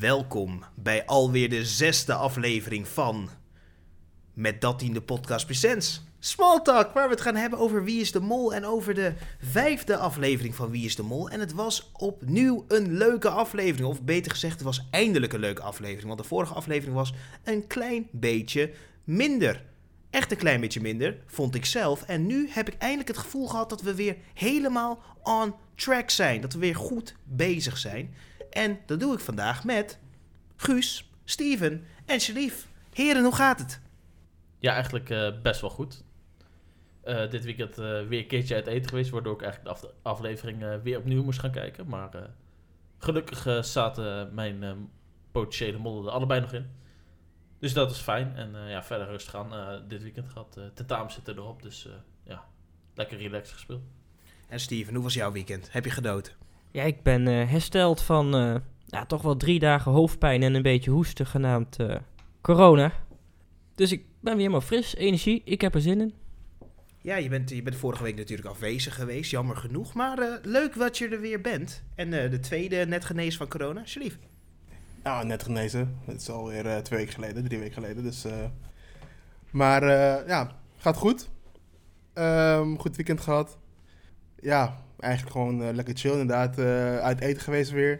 Welkom bij alweer de 6e aflevering van Met dat in de podcast presents Small Talk, waar we het gaan hebben over Wie is de Mol en over de 5e aflevering van Wie is de Mol. En het was opnieuw een leuke aflevering, of beter gezegd, het was eindelijk een leuke aflevering, want de vorige aflevering was een klein beetje minder. Echt een klein beetje minder, vond ik zelf. En nu heb ik eindelijk het gevoel gehad dat we weer helemaal on track zijn, dat we weer goed bezig zijn. En dat doe ik vandaag met Guus, Steven en Sharif. Heren, hoe gaat het? Ja, eigenlijk best wel goed. Dit weekend weer een keertje uit eten geweest, waardoor ik eigenlijk de aflevering weer opnieuw moest gaan kijken. Maar gelukkig zaten mijn potentiële mollen er allebei nog in. Dus dat is fijn. En verder rustig aan. Dit weekend gehad tentamens zitten erop, dus lekker relaxed gespeeld. En Steven, hoe was jouw weekend? Heb je genoten? Ja, ik ben hersteld van toch wel 3 dagen hoofdpijn en een beetje hoesten genaamd corona. Dus ik ben weer helemaal fris, energie, ik heb er zin in. Ja, je bent vorige week natuurlijk afwezig geweest, jammer genoeg. Maar leuk dat je er weer bent. En de tweede net genezen van corona, Sharif. Ja, net genezen. Het is alweer 3 weken geleden. Dus, gaat goed. Goed weekend gehad. Ja, eigenlijk gewoon lekker chill inderdaad. Uit eten geweest weer.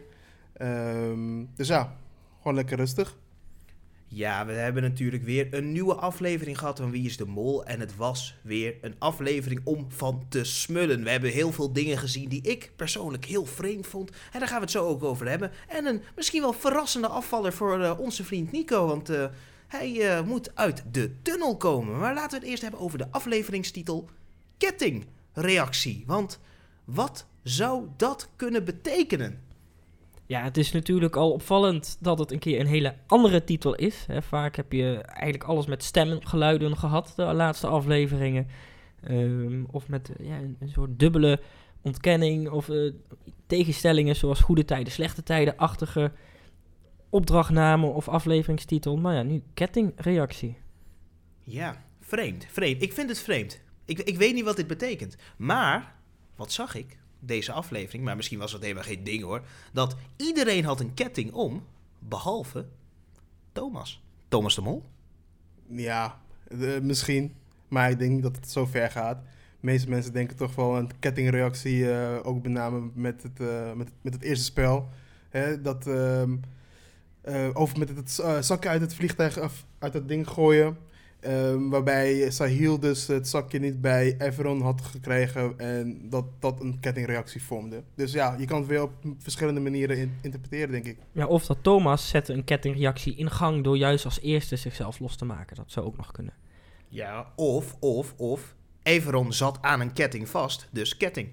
Dus ja, gewoon lekker rustig. Ja, we hebben natuurlijk weer een nieuwe aflevering gehad van Wie is de Mol. En het was weer een aflevering om van te smullen. We hebben heel veel dingen gezien die ik persoonlijk heel vreemd vond. En daar gaan we het zo ook over hebben. En een misschien wel verrassende afvaller voor onze vriend Nico. Want hij moet uit de tunnel komen. Maar laten we het eerst hebben over de afleveringstitel Kettingreactie. Want wat zou dat kunnen betekenen? Ja, het is natuurlijk al opvallend dat het een keer een hele andere titel is. Hè. Vaak heb je eigenlijk alles met stemgeluiden gehad, de laatste afleveringen. Of met een soort dubbele ontkenning of tegenstellingen zoals goede tijden, slechte tijden-achtige opdrachtnamen of afleveringstitel. Maar ja, nu kettingreactie. Ja, vreemd. Ik vind het vreemd. Ik weet niet wat dit betekent. Maar, wat zag ik? Deze aflevering, maar misschien was dat helemaal geen ding hoor, dat iedereen had een ketting om, behalve Thomas. Thomas de Mol? Ja, misschien. Maar ik denk niet dat het zo ver gaat. De meeste mensen denken toch wel een kettingreactie, ook met name met het eerste spel. Hè, dat over met het zakje uit het vliegtuig uit het ding gooien. Waarbij Sahil dus het zakje niet bij Everon had gekregen en dat een kettingreactie vormde. Dus ja, je kan het weer op verschillende manieren interpreteren, denk ik. Ja, of dat Thomas zette een kettingreactie in gang door juist als eerste zichzelf los te maken. Dat zou ook nog kunnen. Ja, of Everon zat aan een ketting vast, dus ketting.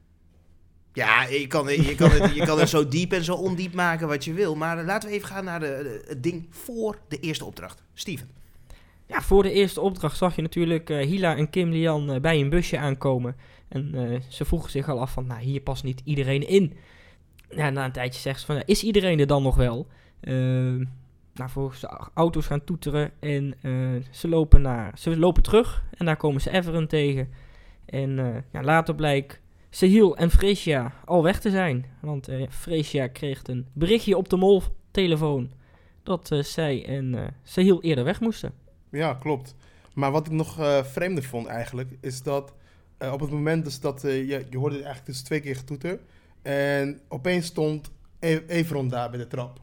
Ja, je kan het zo diep en zo ondiep maken wat je wil, maar laten we even gaan naar het ding voor de eerste opdracht. Steven. Ja, voor de eerste opdracht zag je natuurlijk Hila en Kim Lian bij een busje aankomen. En ze vroegen zich al af van, nou, hier past niet iedereen in. Ja, na een tijdje zegt ze van, ja, is iedereen er dan nog wel? Vervolgens de auto's gaan toeteren en ze lopen terug. En daar komen ze Everon tegen. En later blijkt Sahil en Freesia al weg te zijn. Want Freesia kreeg een berichtje op de moltelefoon dat zij en Sahil eerder weg moesten. Ja, klopt. Maar wat ik nog vreemder vond eigenlijk, is dat op het moment dus dat je hoorde eigenlijk dus 2 keer getoeter. En opeens stond Everon daar bij de trap.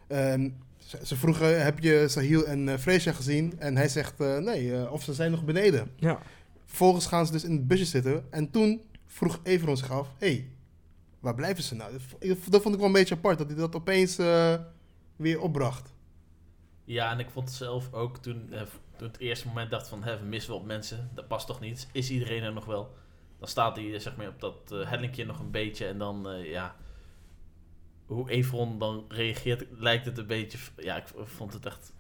Ze vroegen, heb je Sahil en Freesia gezien? En hij zegt, nee, of ze zijn nog beneden. Ja. Vervolgens gaan ze dus in het busje zitten. En toen vroeg Everon zich af, waar blijven ze nou? Dat vond ik wel een beetje apart, dat hij dat opeens weer opbracht. Ja, en ik vond het zelf ook toen het eerste moment dacht van, we missen wel op mensen, dat past toch niet, is iedereen er nog wel? Dan staat hij zeg maar op dat hellinkje nog een beetje en dan, hoe Everon dan reageert, lijkt het een beetje, ik vond het echt,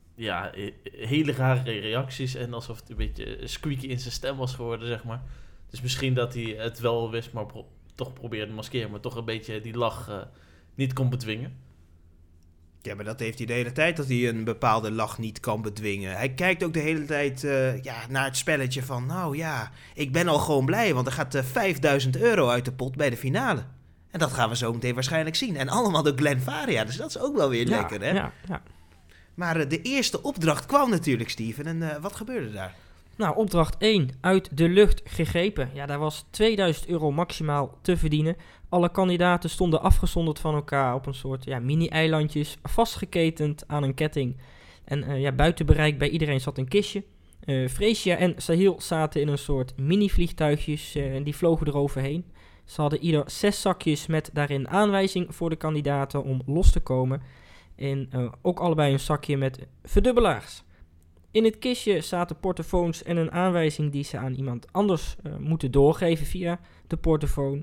hele rare reacties en alsof het een beetje squeaky in zijn stem was geworden, zeg maar. Dus misschien dat hij het wel wist, maar toch probeerde te maskeren, maar toch een beetje die lach niet kon bedwingen. Ja, maar dat heeft hij de hele tijd, dat hij een bepaalde lach niet kan bedwingen. Hij kijkt ook de hele tijd naar het spelletje van, ik ben al gewoon blij, want er gaat €5.000 uit de pot bij de finale. En dat gaan we zo meteen waarschijnlijk zien. En allemaal door Glenn Faria, dus dat is ook wel weer lekker, hè? Ja. Maar de eerste opdracht kwam natuurlijk, Steven. En wat gebeurde daar? Nou, opdracht 1, uit de lucht gegrepen. Ja, daar was €2000 maximaal te verdienen. Alle kandidaten stonden afgezonderd van elkaar op een soort mini-eilandjes, vastgeketend aan een ketting. En buiten bereik bij iedereen zat een kistje. Freesia en Sahil zaten in een soort mini-vliegtuigjes en die vlogen eroverheen. Ze hadden ieder 6 zakjes met daarin aanwijzing voor de kandidaten om los te komen. En ook allebei een zakje met verdubbelaars. In het kistje zaten portofoons en een aanwijzing die ze aan iemand anders moeten doorgeven via de portofoon.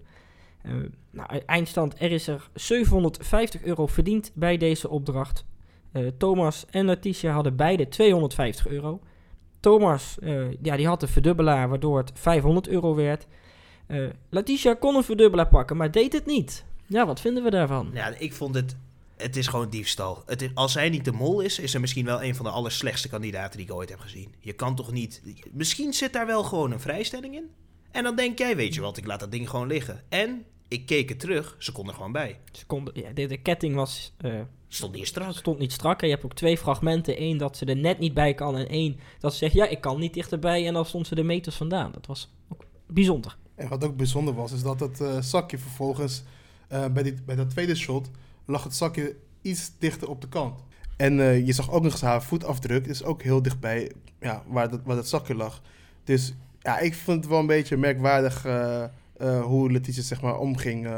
Eindstand, er is er €750 verdiend bij deze opdracht. Thomas en Letitia hadden beide €250. Thomas die had een verdubbelaar waardoor het €500 werd. Letitia kon een verdubbelaar pakken, maar deed het niet. Ja, wat vinden we daarvan? Ja, ik vond het is gewoon diefstal. Als zij niet de mol is er misschien wel een van de allerslechtste kandidaten die ik ooit heb gezien. Je kan toch niet... Misschien zit daar wel gewoon een vrijstelling in. En dan denk jij, weet je wat, ik laat dat ding gewoon liggen. En ik keek het terug, ze kon er gewoon bij. De ketting was... Stond niet strak. Stond niet strak. En je hebt ook 2 fragmenten. 1 dat ze er net niet bij kan. En 1 dat ze zegt, ja, ik kan niet dichterbij. En dan stond ze er meters vandaan. Dat was ook bijzonder. En wat ook bijzonder was, is dat het zakje vervolgens... bij dat tweede shot lag het zakje iets dichter op de kant. En je zag ook nog eens haar voetafdruk. Dus ook heel dichtbij waar dat zakje lag. Dus ja, ik vond het wel een beetje merkwaardig hoe Letitia zeg maar omging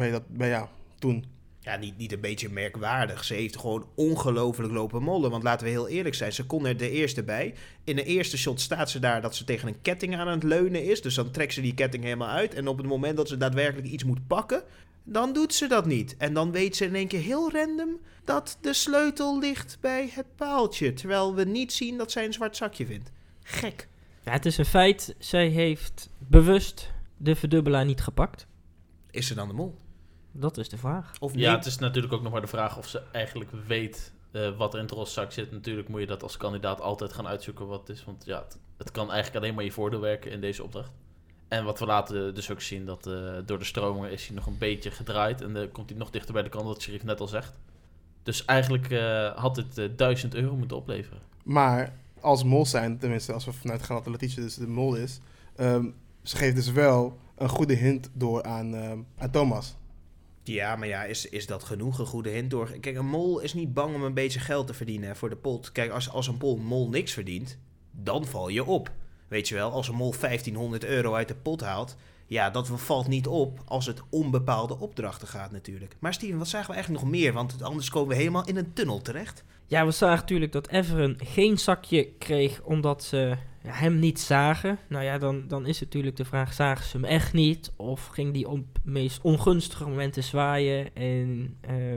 toen. Ja, niet een beetje merkwaardig. Ze heeft gewoon ongelooflijk lopen mollen. Want laten we heel eerlijk zijn, ze kon er de eerste bij. In de eerste shot staat ze daar dat ze tegen een ketting aan het leunen is. Dus dan trekt ze die ketting helemaal uit. En op het moment dat ze daadwerkelijk iets moet pakken, dan doet ze dat niet. En dan weet ze in één keer heel random dat de sleutel ligt bij het paaltje. Terwijl we niet zien dat zij een zwart zakje vindt. Gek. Ja, het is een feit. Zij heeft bewust de verdubbelaar niet gepakt. Is ze dan de mol? Dat is de vraag. Of nee? Ja, het is natuurlijk ook nog maar de vraag of ze eigenlijk weet wat er in het roze zak zit. Natuurlijk moet je dat als kandidaat altijd gaan uitzoeken wat het is. Want ja, het kan eigenlijk alleen maar je voordeel werken in deze opdracht. En wat we later dus ook zien, dat door de stromingen is hij nog een beetje gedraaid. En dan komt hij nog dichter bij de kant, wat Sherif net al zegt. Dus eigenlijk had het €1000 moeten opleveren. Maar als mol zijn, tenminste als we vanuit gaan dat de Letitia dus de mol is... ze geeft dus wel een goede hint door aan Thomas. Ja, maar ja, is dat genoeg? Een goede hint door... Kijk, een mol is niet bang om een beetje geld te verdienen voor de pot. Kijk, als een mol niks verdient, dan val je op. Weet je wel, als een mol €1500 uit de pot haalt... Ja, dat valt niet op als het om bepaalde opdrachten gaat natuurlijk. Maar Steven, wat zagen we eigenlijk nog meer? Want anders komen we helemaal in een tunnel terecht. Ja, we zagen natuurlijk dat Everen geen zakje kreeg omdat ze hem niet zagen. Nou ja, dan is natuurlijk de vraag, zagen ze hem echt niet? Of ging die op het meest ongunstige momenten zwaaien? En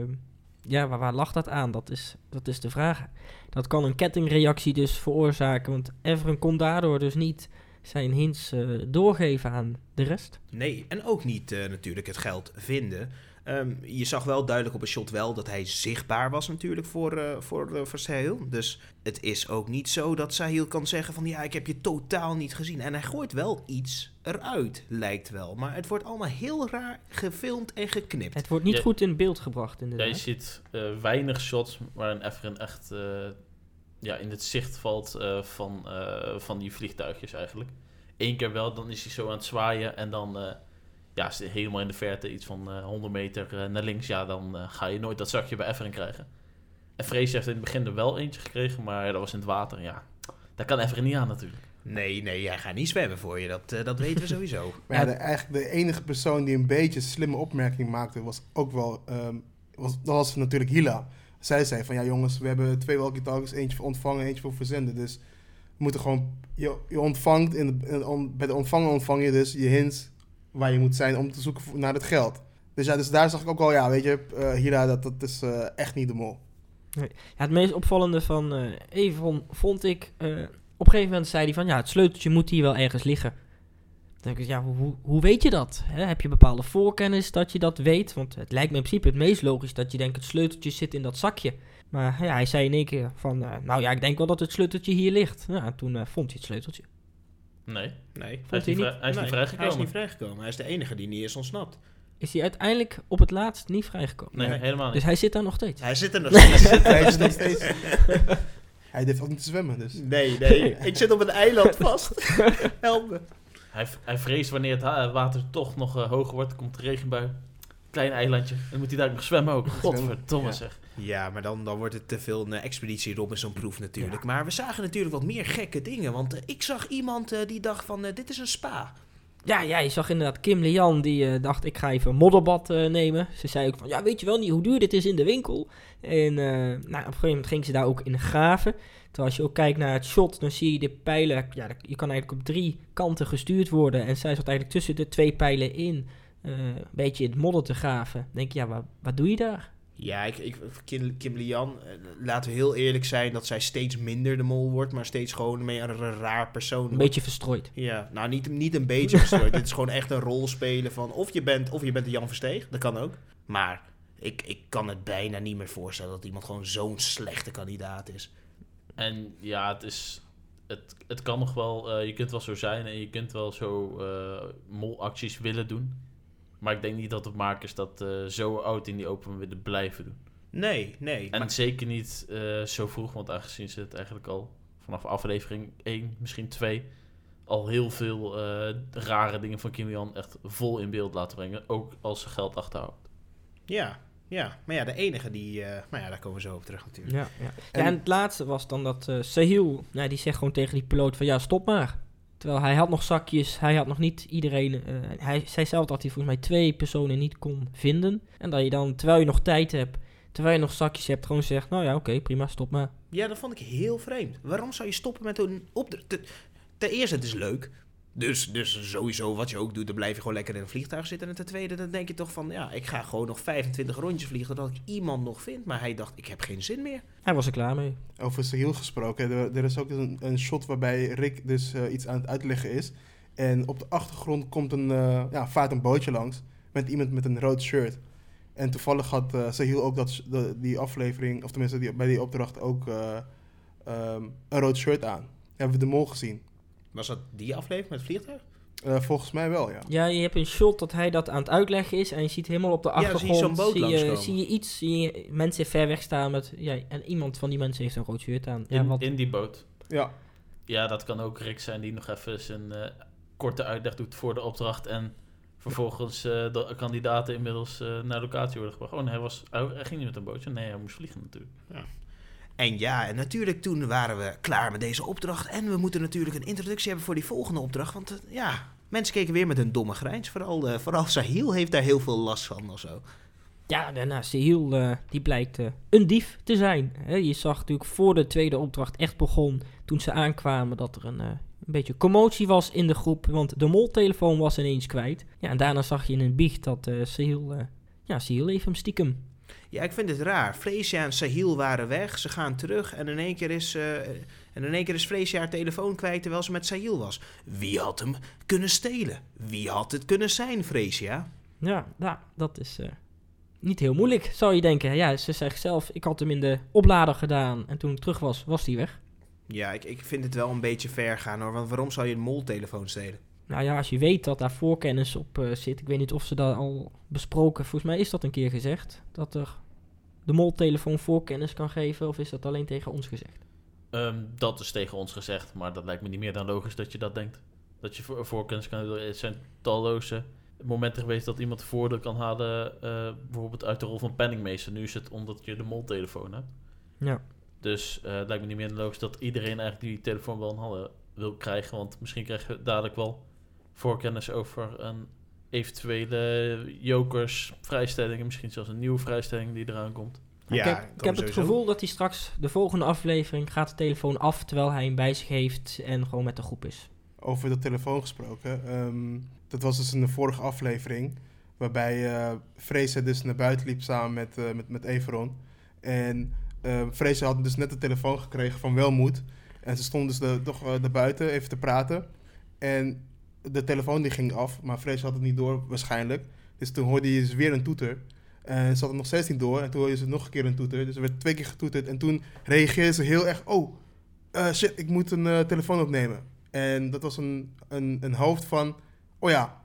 waar lag dat aan? Dat is de vraag. Dat kan een kettingreactie dus veroorzaken, want Everen kon daardoor dus niet zijn hints doorgeven aan de rest. Nee, en ook niet natuurlijk het geld vinden. Je zag wel duidelijk op een shot wel dat hij zichtbaar was natuurlijk voor Sahil. Dus het is ook niet zo dat Sahil kan zeggen van ja, ik heb je totaal niet gezien. En hij gooit wel iets eruit, lijkt wel. Maar het wordt allemaal heel raar gefilmd en geknipt. Het wordt niet goed in beeld gebracht inderdaad. Je ziet weinig shots waarin Everen echt in het zicht valt van die vliegtuigjes eigenlijk. Eén keer wel, dan is hij zo aan het zwaaien en dan... is hij helemaal in de verte, iets van 100 meter naar links, ja, dan ga je nooit dat zakje bij Everen krijgen. En Freesia heeft in het begin er wel eentje gekregen, maar dat was in het water, ja. Daar kan Everen niet aan natuurlijk. Nee, jij gaat niet zwemmen voor je, dat weten we sowieso. Maar eigenlijk de enige persoon die een beetje slimme opmerking maakte, was ook wel, dat was natuurlijk Hila. Zij zei van, ja jongens, we hebben 2 walkie-talkies, eentje voor ontvangen, eentje voor verzenden, dus we moeten gewoon, je ontvangt, bij de ontvangen ontvang je dus je hints waar je moet zijn om te zoeken naar het geld. Dus daar zag ik ook al, weet je, Hila, dat is echt niet de mol. Nee. Ja, het meest opvallende van Evron vond ik, op een gegeven moment zei hij van, ja, het sleuteltje moet hier wel ergens liggen. Dan denk ik, ja, hoe weet je dat? Heb je bepaalde voorkennis dat je dat weet? Want het lijkt me in principe het meest logisch dat je denkt, het sleuteltje zit in dat zakje. Maar ja, hij zei in één keer van, ik denk wel dat het sleuteltje hier ligt. Ja, toen vond hij het sleuteltje. Nee. Hij Hij is niet vrijgekomen. Hij is niet vrijgekomen. Hij is de enige die niet is ontsnapt. is hij uiteindelijk op het laatst niet vrijgekomen. Nee, Nee. helemaal niet. Dus hij zit daar nog steeds. Hij zit er nog steeds. Hij is nog steeds... Hij durft ook niet te zwemmen, dus... Nee, ik zit op een eiland vast. Help me. Hij vreest wanneer het water toch nog hoger wordt, komt de regenbui. Klein eilandje. Dan moet hij daar ook nog zwemmen ook. Godverdomme Ja. zeg. Ja, maar dan wordt het te veel een expeditie Robinson proef natuurlijk. Maar we zagen natuurlijk wat meer gekke dingen. Want ik zag iemand die dacht van, dit is een spa. Ja, je zag inderdaad Kim Lian, die dacht, ik ga even een modderbad nemen. Ze zei ook van, ja, weet je wel niet hoe duur dit is in de winkel? En op een gegeven moment ging ze daar ook in graven. Terwijl als je ook kijkt naar het shot, dan zie je de pijlen, ja, je kan eigenlijk op 3 kanten gestuurd worden. En zij zat eigenlijk tussen de 2 pijlen in, een beetje in het modder te graven. Dan denk je, ja, wat doe je daar? Ja, Kim Lian, laten we heel eerlijk zijn dat zij steeds minder de mol wordt, maar steeds gewoon meer een raar persoon Een wordt. beetje verstrooid. Ja, nou niet een beetje verstoord. Dit is gewoon echt een rol spelen van of je bent de Jan Versteeg, dat kan ook. Maar ik kan het bijna niet meer voorstellen dat iemand gewoon zo'n slechte kandidaat is. En ja, het kan nog wel, je kunt wel zo zijn en je kunt wel zo molacties willen doen. Maar ik denk niet dat de makers dat zo oud in die open willen blijven doen. Nee. En Maar, zeker niet zo vroeg, want aangezien ze het eigenlijk al vanaf aflevering 1, misschien 2... al heel veel rare dingen van Kim Lian echt vol in beeld laten brengen. Ook als ze geld achterhoudt. ja, maar ja, de enige die... maar ja, daar komen we zo op terug natuurlijk. Ja, en het laatste was dan dat Sahil, die zegt gewoon tegen die piloot van, ja, stop maar. Terwijl hij had nog zakjes, hij had nog niet iedereen... hij zei zelf dat hij volgens mij 2 personen niet kon vinden. En dat je dan, terwijl je nog tijd hebt, terwijl je nog zakjes hebt, gewoon zegt, nou ja, oké, prima, stop maar. Ja, dat vond ik heel vreemd. Waarom zou je stoppen met een opdracht? Ten eerste, het is leuk. Dus sowieso, wat je ook doet, dan blijf je gewoon lekker in een vliegtuig zitten. En ten tweede, dan denk je toch van, ja, ik ga gewoon nog 25 rondjes vliegen, dat ik iemand nog vind. Maar hij dacht, ik heb geen zin meer. Hij was er klaar mee. Over Sahil gesproken, er is ook een shot waarbij Rick dus iets aan het uitleggen is. En op de achtergrond komt vaart een bootje langs met iemand met een rood shirt. En toevallig had Sahil ook die aflevering, of tenminste bij die opdracht ook een rood shirt aan. Hebben we de mol gezien. Was dat die aflevering met het vliegtuig? Volgens mij wel, ja. Ja, je hebt een shot dat hij dat aan het uitleggen is en je ziet helemaal op de Ja, zie je achtergrond, zo'n boot langskomen. zie je mensen ver weg staan met, en iemand van die mensen heeft een rood shirt aan. Ja, In die boot. Ja. Ja, dat kan ook Rick zijn die nog even zijn korte uitleg doet voor de opdracht. En vervolgens de kandidaten inmiddels naar locatie worden gebracht. Oh nee, hij ging niet met een bootje. Nee, hij moest vliegen natuurlijk. En ja, en natuurlijk toen waren we klaar met deze opdracht. En we moeten natuurlijk een introductie hebben voor die volgende opdracht. Want mensen keken weer met een domme grijns. Vooral Sahil heeft daar heel veel last van of zo. Ja, daarna Sahil, die blijkt een dief te zijn. Je zag natuurlijk voor de tweede opdracht echt begon, toen ze aankwamen, dat er een beetje commotie was in de groep. Want de moltelefoon was ineens kwijt. Ja, en daarna zag je in een biecht dat Sahil heeft hem stiekem. Ja, ik vind het raar. Freesia en Sahil waren weg. Ze gaan terug en in één keer is Freesia haar telefoon kwijt terwijl ze met Sahil was. Wie had hem kunnen stelen? Wie had het kunnen zijn, Freesia? Ja, dat is niet heel moeilijk, zou je denken. Ja, ze zegt zelf, ik had hem in de oplader gedaan en toen ik terug was hij weg. Ja, ik vind het wel een beetje ver gaan hoor. Want waarom zou je een moltelefoon stelen? Nou ja, als je weet dat daar voorkennis op zit. Ik weet niet of ze dat al besproken. Volgens mij is dat een keer gezegd. Dat er de moltelefoon voorkennis kan geven. Of is dat alleen tegen ons gezegd? Dat is tegen ons gezegd. Maar dat lijkt me niet meer dan logisch dat je dat denkt. Dat je voorkennis kan doen. Het zijn talloze momenten geweest dat iemand voordeel kan halen. Bijvoorbeeld uit de rol van penningmeester. Nu is het omdat je de moltelefoon hebt. Ja. Dus het lijkt me niet meer dan logisch dat iedereen eigenlijk die telefoon wel in handen wil krijgen. Want misschien krijg je dadelijk wel voorkennis over een eventuele jokers vrijstelling en misschien zelfs een nieuwe vrijstelling die eraan komt. Ja, ik heb het gevoel dat hij straks de volgende aflevering gaat de telefoon af terwijl hij hem bij zich heeft en gewoon met de groep is. Over de telefoon gesproken. Dat was dus in de vorige aflevering waarbij Freesia dus naar buiten liep samen met Everon. En Freesia had dus net de telefoon gekregen van Welmoed. En ze stonden dus toch naar buiten even te praten. En de telefoon die ging af, maar Freesia had het niet door waarschijnlijk. Dus toen hoorde je dus weer een toeter. En ze had het nog steeds niet door. En toen hoorde ze nog een keer een toeter. Dus er werd 2 keer getoeterd. En toen reageerde ze heel erg... shit, ik moet een telefoon opnemen. En dat was een hoofd van... Oh ja,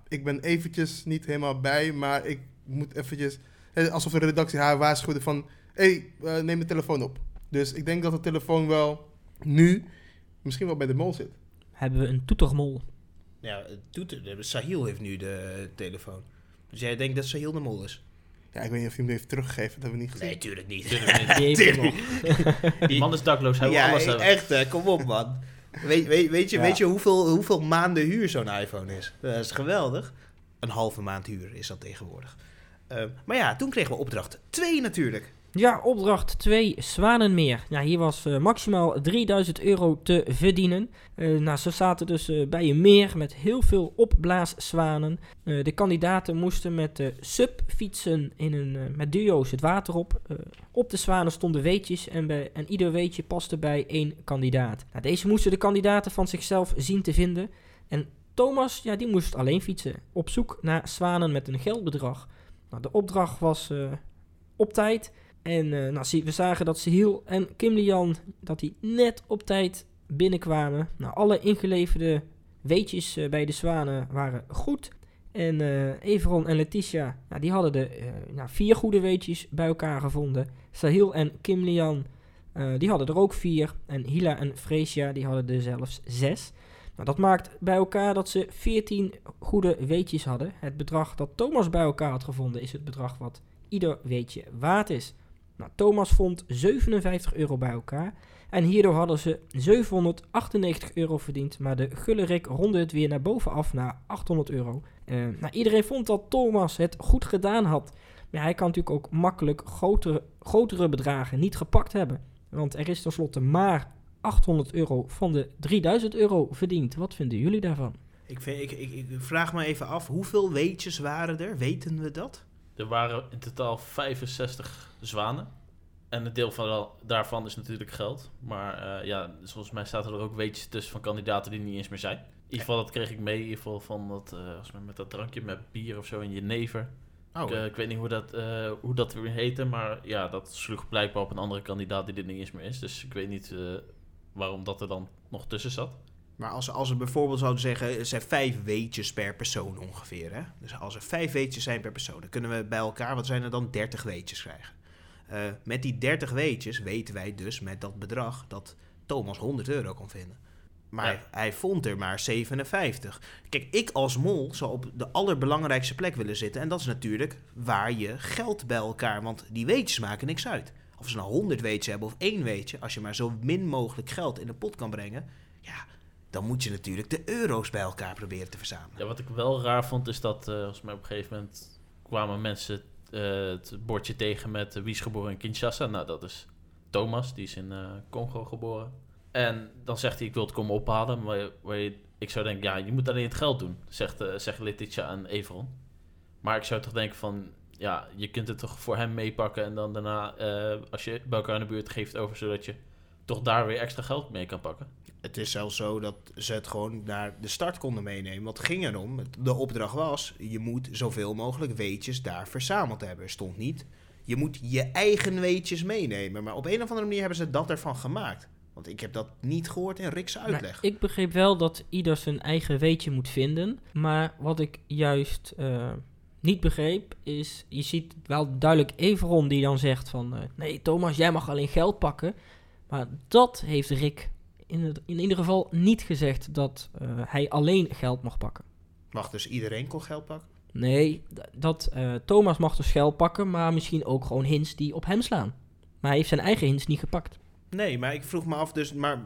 ik ben eventjes niet helemaal bij, maar ik moet eventjes... Alsof de redactie haar waarschuwde van... neem de telefoon op. Dus ik denk dat de telefoon wel nu misschien wel bij de mol zit. Hebben we een toetermol? Ja, Sahil heeft nu de telefoon. Dus jij denkt dat Sahil de mol is? Ja, ik weet niet of hij hem heeft teruggegeven. Dat hebben we niet gezien. Nee, tuurlijk niet. Die heeft hem nog. Die man is dakloos, hij wil alles hebben. Echt, kom op man. Weet je hoeveel maanden huur zo'n iPhone is? Dat is geweldig. Een halve maand huur is dat tegenwoordig. Maar ja, toen kregen we opdracht 2 natuurlijk. Ja, opdracht 2, Zwanenmeer. Ja, hier was maximaal €3000 te verdienen. Ze zaten dus bij een meer met heel veel opblaaszwanen. De kandidaten moesten met de sub fietsen met duo's het water op. Op de zwanen stonden weetjes en ieder weetje paste bij 1 kandidaat. Nou, deze moesten de kandidaten van zichzelf zien te vinden. En Thomas, ja, die moest alleen fietsen. Op zoek naar zwanen met een geldbedrag. Nou, de opdracht was op tijd. En we zagen dat Sahil en Kim Lian dat die net op tijd binnenkwamen. Nou, alle ingeleverde weetjes bij de zwanen waren goed. En Everon en Letitia, die hadden 4 goede weetjes bij elkaar gevonden. Sahil en Kim Lian, die hadden er ook 4. En Hila en Freesia, die hadden er zelfs 6. Nou, dat maakt bij elkaar dat ze 14 goede weetjes hadden. Het bedrag dat Thomas bij elkaar had gevonden is het bedrag wat ieder weetje waard is. Nou, Thomas vond €57 bij elkaar. En hierdoor hadden ze €798 verdiend. Maar de Gullerik ronde het weer naar boven af naar €800. Iedereen vond dat Thomas het goed gedaan had. Maar hij kan natuurlijk ook makkelijk grotere bedragen niet gepakt hebben. Want er is tenslotte maar €800 van de €3000 verdiend. Wat vinden jullie daarvan? Ik vraag me even af, hoeveel weetjes waren er? Weten we dat? Er waren in totaal 65 zwanen. En een deel daarvan is natuurlijk geld. Maar volgens mij zaten er ook weetjes tussen van kandidaten die niet eens meer zijn. In ieder geval, dat kreeg ik mee. In ieder geval van met dat drankje met bier of zo in jenever. Ik weet niet hoe dat weer heette. Maar ja, dat sloeg blijkbaar op een andere kandidaat die er niet eens meer is. Dus ik weet niet waarom dat er dan nog tussen zat. Maar als we bijvoorbeeld zouden zeggen, er zijn 5 weetjes per persoon ongeveer. Hè? Dus als er 5 weetjes zijn per persoon, dan kunnen we bij elkaar, wat zijn er dan, 30 weetjes krijgen. Met die 30 weetjes weten wij dus met dat bedrag dat Thomas €100 kon vinden. Maar hij vond er maar 57. Kijk, ik als mol zou op de allerbelangrijkste plek willen zitten. En dat is natuurlijk waar je geld bij elkaar, want die weetjes maken niks uit. Of ze nou 100 weetjes hebben of 1 weetje, als je maar zo min mogelijk geld in de pot kan brengen, ja, dan moet je natuurlijk de euro's bij elkaar proberen te verzamelen. Ja, wat ik wel raar vond is dat volgens mij op een gegeven moment kwamen mensen het bordje tegen met wie is geboren in Kinshasa. Nou, dat is Thomas, die is in Congo geboren. En dan zegt hij, ik wil het komen ophalen. Maar ik zou denken, ja, je moet alleen het geld doen, zegt Letitia aan Everon. Maar ik zou toch denken van, ja, je kunt het toch voor hem meepakken en dan daarna, als je bij elkaar in de buurt geeft over, zodat je toch daar weer extra geld mee kan pakken. Het is zelfs zo dat ze het gewoon naar de start konden meenemen. Wat ging erom? De opdracht was, je moet zoveel mogelijk weetjes daar verzameld hebben. Er stond niet, je moet je eigen weetjes meenemen. Maar op een of andere manier hebben ze dat ervan gemaakt. Want ik heb dat niet gehoord in Rick's uitleg. Nou, ik begreep wel dat ieder zijn eigen weetje moet vinden. Maar wat ik juist niet begreep is, je ziet wel duidelijk Everon die dan zegt van, nee Thomas, jij mag alleen geld pakken. Maar dat heeft Rick in ieder geval niet gezegd, dat hij alleen geld mag pakken. Mag dus iedereen kon geld pakken? Nee, Thomas mag dus geld pakken, maar misschien ook gewoon hints die op hem slaan. Maar hij heeft zijn eigen hints niet gepakt. Nee, maar ik vroeg me af,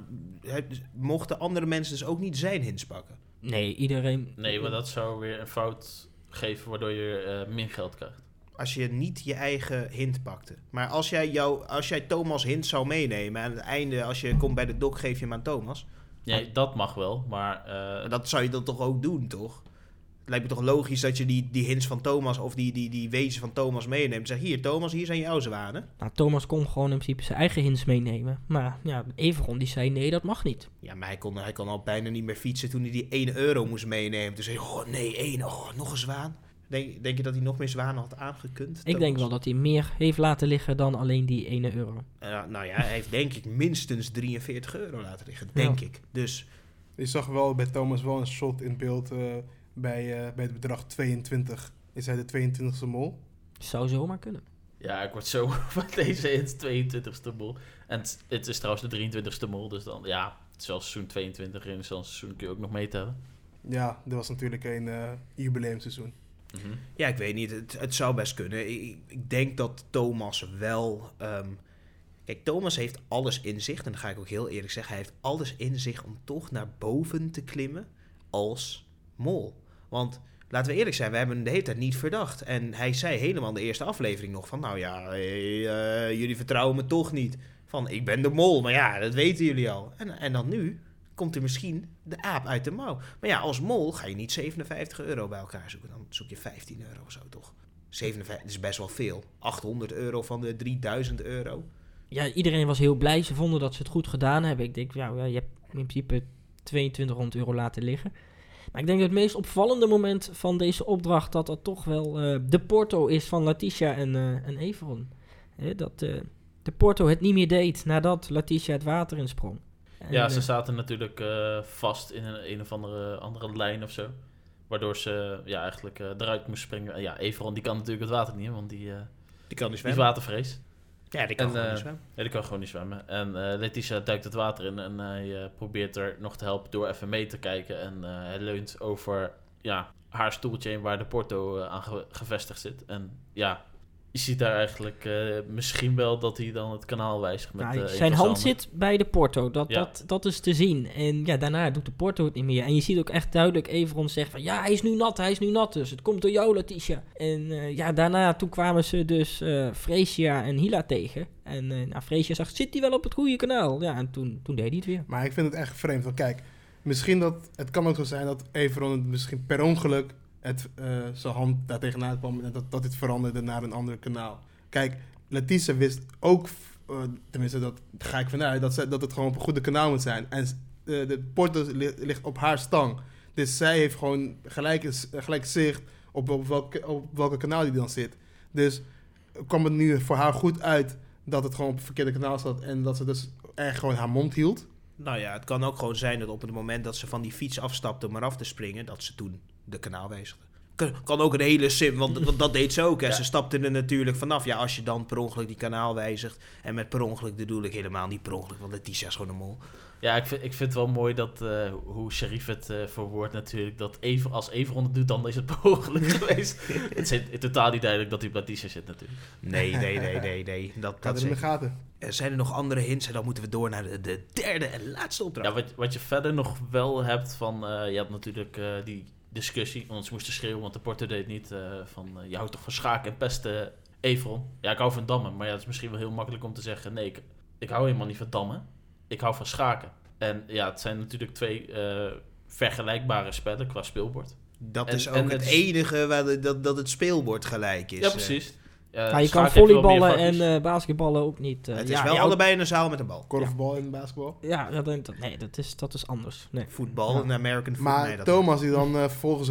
mochten andere mensen dus ook niet zijn hints pakken? Nee, iedereen... Nee, maar dat zou weer een fout geven waardoor je min geld krijgt. Als je niet je eigen hint pakte. Maar als jij Thomas' hint zou meenemen, aan het einde, als je komt bij de doc, geef je hem aan Thomas. Ja, dat mag wel, maar... dat zou je dan toch ook doen, toch? Het lijkt me toch logisch dat je die hints van Thomas of die weetjes van Thomas meeneemt. Zeg, hier Thomas, hier zijn jouw zwanen. Nou, Thomas kon gewoon in principe zijn eigen hints meenemen. Maar ja, Everon die zei nee, dat mag niet. Ja, maar hij kon al bijna niet meer fietsen toen hij die €1 moest meenemen. Toen zei hij, oh nee, nog een zwaan. Denk je dat hij nog meer zwanen had aangekund? Ik denk wel dat hij meer heeft laten liggen dan alleen die €1. Nou ja, hij heeft denk ik minstens €43 laten liggen, denk ik. Dus... Je zag wel bij Thomas wel een shot in beeld bij het bedrag 22. Is hij de 22e mol? Zou zomaar kunnen. Ja, ik word zo van deze in 22e mol. En het is trouwens de 23e mol, dus dan, ja, het is wel seizoen 22. In zo'n seizoen kun je ook nog meetellen. Ja, dit was natuurlijk een jubileumseizoen. Mhm. Ja, ik weet niet. Het zou best kunnen. Ik denk dat Thomas wel... kijk, Thomas heeft alles in zich. En dan ga ik ook heel eerlijk zeggen. Hij heeft alles in zich om toch naar boven te klimmen als mol. Want laten we eerlijk zijn, we hebben hem de hele tijd niet verdacht. En hij zei helemaal in de eerste aflevering nog van... Nou ja, jullie vertrouwen me toch niet. Van, ik ben de mol. Maar ja, dat weten jullie al. En dan nu komt er misschien de aap uit de mouw. Maar ja, als mol ga je niet €57 bij elkaar zoeken. Dan zoek je €15 of zo, toch? 57 is best wel veel. €800 van de €3000. Ja, iedereen was heel blij. Ze vonden dat ze het goed gedaan hebben. Ik denk, ja, je hebt in principe €2200 laten liggen. Maar ik denk dat het meest opvallende moment van deze opdracht... dat toch wel de Porto is van Letitia en Everon. Dat de Porto het niet meer deed nadat Letitia het water insprong. Ja, ze zaten natuurlijk vast in een of andere lijn of zo. Waardoor ze eigenlijk eruit moest springen. Ja, Everon die kan natuurlijk het water niet, want die Die kan niet die is zwemmen. watervrees. Ja, die kan En, gewoon niet zwemmen. Ja, die kan gewoon niet zwemmen. En Letitia duikt het water in en hij probeert er nog te helpen door even mee te kijken. En hij leunt over haar stoeltje heen waar de Porto aan gevestigd zit. En ja, je ziet daar eigenlijk misschien wel dat hij dan het kanaal wijzigt. Met, Ja, een zijn van hand handen. zit bij de Porto, Ja. dat is te zien. En ja, daarna doet de Porto het niet meer. En je ziet ook echt duidelijk Everon zegt van... Ja, hij is nu nat dus. Het komt door jou, Letitia. En daarna toen kwamen ze dus Freesia en Hila tegen. En Freesia zag, zit hij wel op het goede kanaal? Ja, en toen deed hij het weer. Maar ik vind het echt vreemd. Want kijk, misschien het kan ook zo zijn dat Everon het misschien per ongeluk zijn hand daar tegenaan kwam en dat dit veranderde naar een ander kanaal. Kijk, Letitia wist ook, tenminste dat ga ik vanuit, dat het gewoon op een goede kanaal moet zijn. En de Porto ligt op haar stang. Dus zij heeft gewoon gelijk zicht op welke kanaal die dan zit. Dus kwam het nu voor haar goed uit dat het gewoon op het verkeerde kanaal zat en dat ze dus echt gewoon haar mond hield. Nou ja, het kan ook gewoon zijn dat op het moment dat ze van die fiets afstapte om eraf te springen, dat ze toen de kanaal wijzigde. Kan ook een hele sim, want dat deed ze ook. Hè. Ja. Ze stapte er natuurlijk vanaf. Ja, als je dan per ongeluk die kanaal wijzigt. En met per ongeluk bedoel ik helemaal niet per ongeluk, want Letitia is gewoon een mol. Ja, ik vind het wel mooi dat hoe Sharif het verwoordt natuurlijk. Dat als Everon het doet, dan is het per ongeluk geweest. Het is totaal niet duidelijk dat hij op Letitia zit natuurlijk. Nee. Dat Gaat er in de is, gaten. zijn er nog andere hints? En dan moeten we door naar de derde en laatste opdracht. Ja, wat je verder nog wel hebt van... je had natuurlijk die discussie, want ze moesten schreeuwen, want de Porto deed niet. Je houdt toch van schaken en pesten, Everon? Ja, ik hou van dammen, maar ja, het is misschien wel heel makkelijk om te zeggen... Nee, ik hou helemaal niet van dammen. Ik hou van schaken. En ja, het zijn natuurlijk twee vergelijkbare spellen qua speelbord. Dat is ook en het het- enige waar dat het speelbord gelijk is. Ja, precies. Maar je schaken kan heeft wel meer volleyballen vakjes. en basketballen ook niet. Het is ja, wel ja, allebei in een zaal met een bal. Korfbal en basketbal. Ja, nee, dat is anders. Nee. Voetbal, Ja. een American football. Maar nee, dat Thomas die dan vervolgens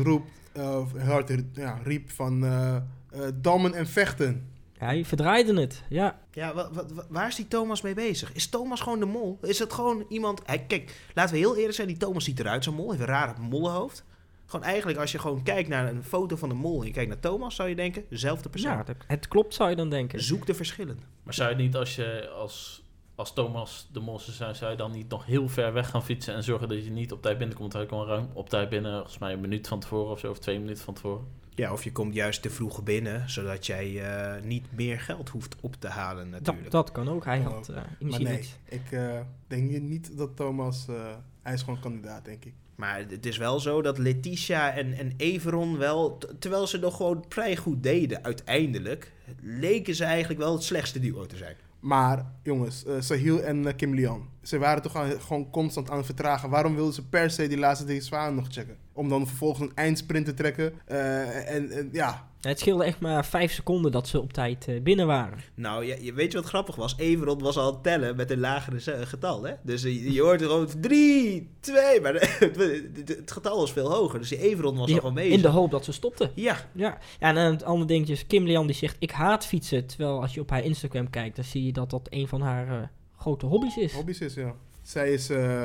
riep van dammen en vechten. Hij verdraaide het, ja. Ja, waar is die Thomas mee bezig? Is Thomas gewoon de mol? Is het gewoon iemand... Kijk, laten we heel eerlijk zijn. Die Thomas ziet eruit zo'n mol. Heeft een rare mollenhoofd. Gewoon eigenlijk, als je gewoon kijkt naar een foto van een mol... en je kijkt naar Thomas, zou je denken... dezelfde persoon. Ja, het klopt zou je dan denken. Zoek de verschillen. Maar zou je niet als Thomas de mol zou je dan niet nog heel ver weg gaan fietsen... en zorgen dat je niet op tijd binnenkomt? Hij komt ruim op tijd binnen, volgens mij een minuut van tevoren of zo... of 2 minuten van tevoren. Ja, of je komt juist te vroeg binnen... zodat jij niet meer geld hoeft op te halen natuurlijk. Dat kan ook. Hij Kan had Maar initiatief. nee, ik denk niet dat Thomas... hij is gewoon kandidaat, denk ik. Maar het is wel zo dat Letitia en Everon wel... terwijl ze nog gewoon vrij goed deden uiteindelijk... leken ze eigenlijk wel het slechtste duo te zijn. Maar jongens, Sahil en Kim Lian, ze waren toch gewoon constant aan het vertragen. Waarom wilden ze per se die laatste 3 zwanen nog checken? Om dan vervolgens een eindsprint te trekken. Ja, Het scheelde echt maar 5 seconden dat ze op tijd binnen waren. Nou, je weet je wat grappig was? Everon was al aan het tellen met een lagere getal, hè? Dus je hoort er gewoon 3, 2, maar het getal was veel hoger. Dus die Everon was al gewoon bezig. In de hoop dat ze stopten. Ja, Ja, en het andere dingetje is, Kim Lian die zegt, ik haat fietsen. Terwijl als je op haar Instagram kijkt, dan zie je dat een van haar grote hobby's is. hobby's is, ja. Zij is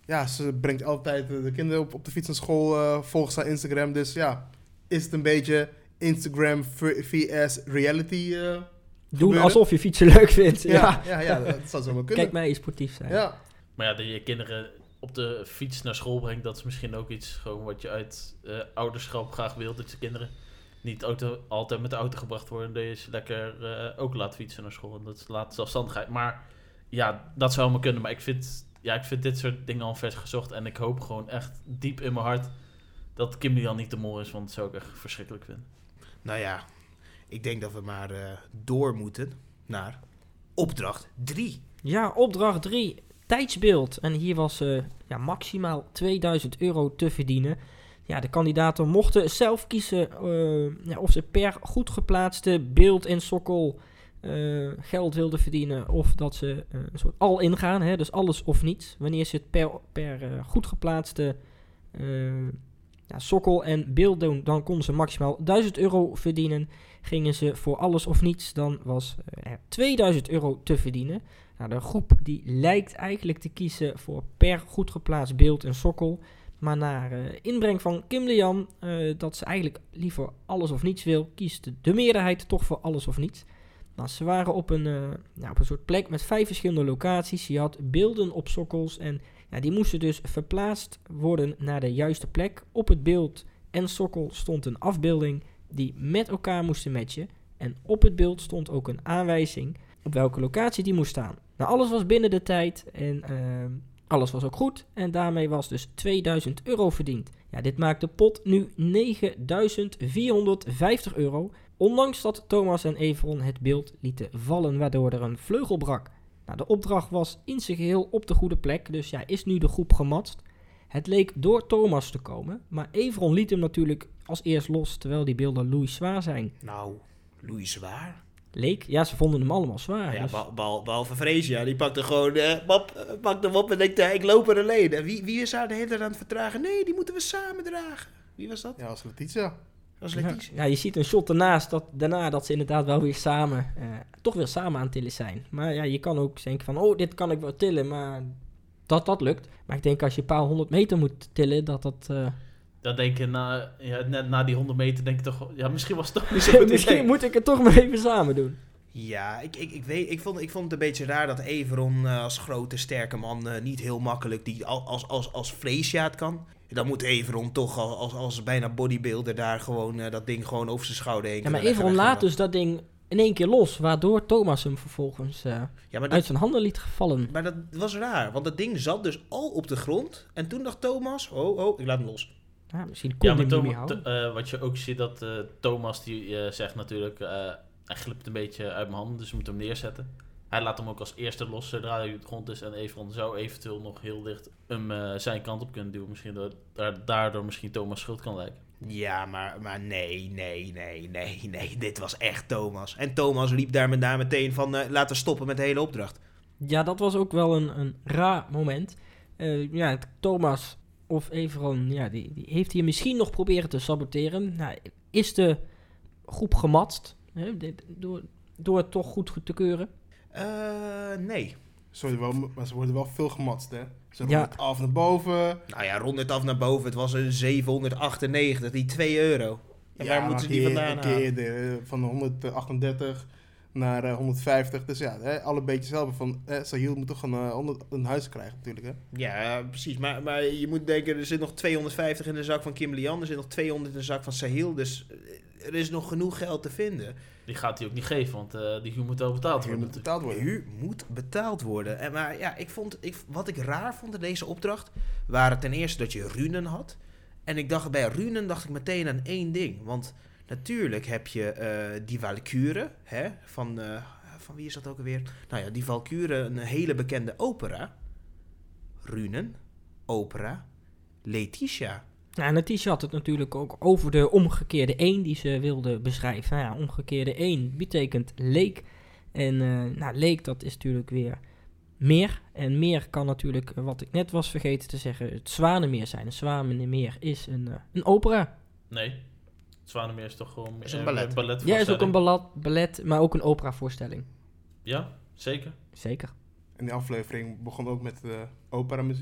ja, ze brengt altijd de kinderen op de fiets naar school, volgens haar Instagram. Dus ja, is het een beetje Instagram vs reality Doen gebeuren? alsof je fietsen leuk vindt. Ja. Ja, dat zou zo wel kunnen. Kijk mij eens sportief zijn. Ja. Maar ja, dat je kinderen op de fiets naar school brengt, dat is misschien ook iets gewoon wat je uit ouderschap graag wilt. Dat je kinderen niet altijd met de auto gebracht worden. Dat je ze lekker ook laat fietsen naar school. En dat laat zelfstandigheid. Maar ja, dat zou allemaal kunnen. Maar ik vind dit soort dingen al vers gezocht. En ik hoop gewoon echt diep in mijn hart dat Kim Lian niet de mol is. Want dat zou ik echt verschrikkelijk vinden. Nou ja, ik denk dat we maar door moeten naar opdracht 3. Ja, opdracht 3. Tijdsbeeld. En hier was maximaal €2000 te verdienen. Ja, de kandidaten mochten zelf kiezen of ze per goed geplaatste beeld en sokkel geld wilden verdienen. Of dat ze een soort all-in gaan, hè, dus alles of niets. Wanneer ze het per goed geplaatste sokkel en beeld doen, dan konden ze maximaal €1000 verdienen. Gingen ze voor alles of niets, dan was er €2000 te verdienen. Nou, de groep die lijkt eigenlijk te kiezen voor per goed geplaatst beeld en sokkel. Maar na inbreng van Kim Lian, dat ze eigenlijk liever alles of niets wil, kiest de meerderheid toch voor alles of niets. Nou, ze waren op een soort plek met 5 verschillende locaties. Je had beelden op sokkels en die moesten dus verplaatst worden naar de juiste plek. Op het beeld en sokkel stond een afbeelding die met elkaar moesten matchen. En op het beeld stond ook een aanwijzing op welke locatie die moest staan. Nou, alles was binnen de tijd en alles was ook goed. En daarmee was dus €2000 verdiend. Ja, dit maakt de pot nu €9450. Ondanks dat Thomas en Everon het beeld lieten vallen, waardoor er een vleugel brak. Nou, de opdracht was in zijn geheel op de goede plek, dus is nu de groep gematst. Het leek door Thomas te komen, maar Everon liet hem natuurlijk als eerst los, terwijl die beelden Louis zwaar zijn. Nou, Louis zwaar? Leek? Ja, ze vonden hem allemaal zwaar. Ja, dus. behalve Freesia, die pakte gewoon, pakte hem op en denkt, ik loop er alleen. En wie is daar de hele tijd aan het vertragen? Nee, die moeten we samen dragen. Wie was dat? Ja, als Letitia. Dat was Letitia. Ja, je ziet een shot daarna dat ze inderdaad wel weer samen, toch weer samen aan het tillen zijn. Maar ja, je kan ook denken van, dit kan ik wel tillen, maar dat lukt. Maar ik denk als je een paar 100 meter moet tillen, dat... Dan denk je, net na die 100 meter denk je toch, misschien was het toch niet zo. Misschien moet ik het toch maar even samen doen. Ja, ik vond het een beetje raar dat Everon als grote, sterke man niet heel makkelijk als Freesia het kan. Dan moet Everon toch als bijna bodybuilder daar gewoon dat ding gewoon over zijn schouder heen. Ja, maar Everon laat dus dat ding in één keer los, waardoor Thomas hem vervolgens uit zijn handen liet vallen. Maar dat was raar, want dat ding zat dus al op de grond en toen dacht Thomas, ik laat hem los. Ja, misschien kon hij hem niet meer houden. Wat je ook ziet, dat Thomas die zegt natuurlijk, hij glipt een beetje uit mijn handen, dus we moeten hem neerzetten. Hij laat hem ook als eerste los zodra hij op de grond is. En Everon zou eventueel nog heel dicht hem zijn kant op kunnen duwen. Misschien daardoor misschien Thomas schuld kan lijken. Ja, maar nee. Dit was echt Thomas. En Thomas liep daar meteen van, laten we stoppen met de hele opdracht. Ja, dat was ook wel een raar moment. Thomas of Everon, die heeft hier misschien nog proberen te saboteren. Nou, is de groep gematst door het toch goed te keuren? Nee. Ze worden wel veel gematst, hè? Ze ronden het af naar boven. Nou ja, rond het af naar boven. Het was een 798, die €2. En waar moeten ze die vandaan halen? Eerder, van 138 naar 150. Dus alle beetjes helpen van... Sahil moet toch een huis krijgen natuurlijk, hè? Ja, precies. Maar je moet denken, er zit nog 250 in de zak van Kim Lian. Er zit nog 200 in de zak van Sahil. Dus er is nog genoeg geld te vinden. Die gaat hij ook niet geven, want die huur moet wel betaald worden. Huur moet betaald worden. Maar ja, wat ik raar vond in deze opdracht, waren ten eerste dat je runen had. En bij runen dacht ik meteen aan één ding. Want natuurlijk heb je die Valkyrie, hè, van wie is dat ook alweer? Nou ja, die Valkyrie, een hele bekende opera. Runen, opera, Letitia. Nou, Letitia had het natuurlijk ook over de omgekeerde 1 die ze wilde beschrijven. Nou ja, omgekeerde 1 betekent leek. En leek, dat is natuurlijk weer meer. En meer kan natuurlijk, wat ik net was vergeten te zeggen, het Zwanenmeer zijn. Een Zwanenmeer is een opera. Nee, het Zwanenmeer is toch gewoon is een ballet. Ja, is ook een ballet, maar ook een operavoorstelling. Ja, zeker. Zeker. En die aflevering begon ook met operamuziek.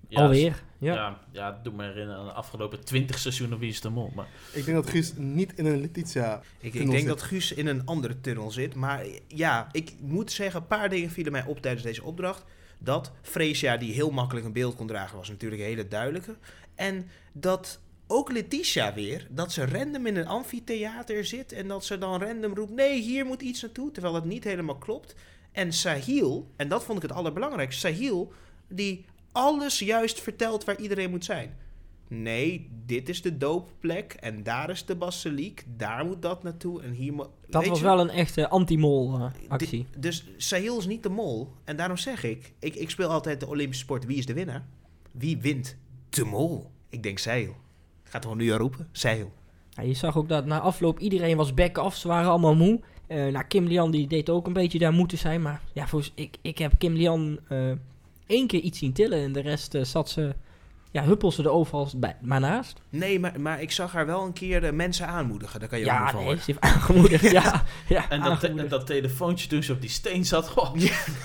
Alweer, ja. Ja, doe me herinneren aan de afgelopen 20 seizoenen Wie is de Mol. Maar Ik denk dat Guus niet in een Letitia Ik tunnel denk zit. dat Guus in een andere tunnel zit. Maar ja, ik moet zeggen, een paar dingen vielen mij op tijdens deze opdracht. Dat Freesia, die heel makkelijk een beeld kon dragen, was natuurlijk een hele duidelijke. En dat ook Letitia weer, dat ze random in een amfitheater zit en dat ze dan random roept, nee, hier moet iets naartoe, terwijl het niet helemaal klopt. En Sahil, en dat vond ik het allerbelangrijkste, Sahil, die alles juist vertelt waar iedereen moet zijn. Nee, dit is de doopplek en daar is de basiliek, daar moet dat naartoe en hier moet... Dat Weet was je? wel een echte anti-mol actie. Dus Sahil is niet de mol. En daarom zeg ik speel altijd de Olympische sport. Wie is de winnaar? Wie wint? De mol. Ik denk Sahil. Ik ga het gewoon nu al roepen. Sahil. Ja, je zag ook dat na afloop iedereen was back af. Ze waren allemaal moe. Kim Lian die deed ook een beetje daar moeten zijn. Maar ja, ik heb Kim Lian 1 keer iets zien tillen. En de rest zat ze... Ja, huppel ze er overal maar naast. Nee, maar ik zag haar wel een keer mensen aanmoedigen. Daar kan je ook Ja, niet van nee, horen. ze heeft aangemoedigd. ja, en aangemoedigd. dat telefoontje toen ze op die steen zat. Goh,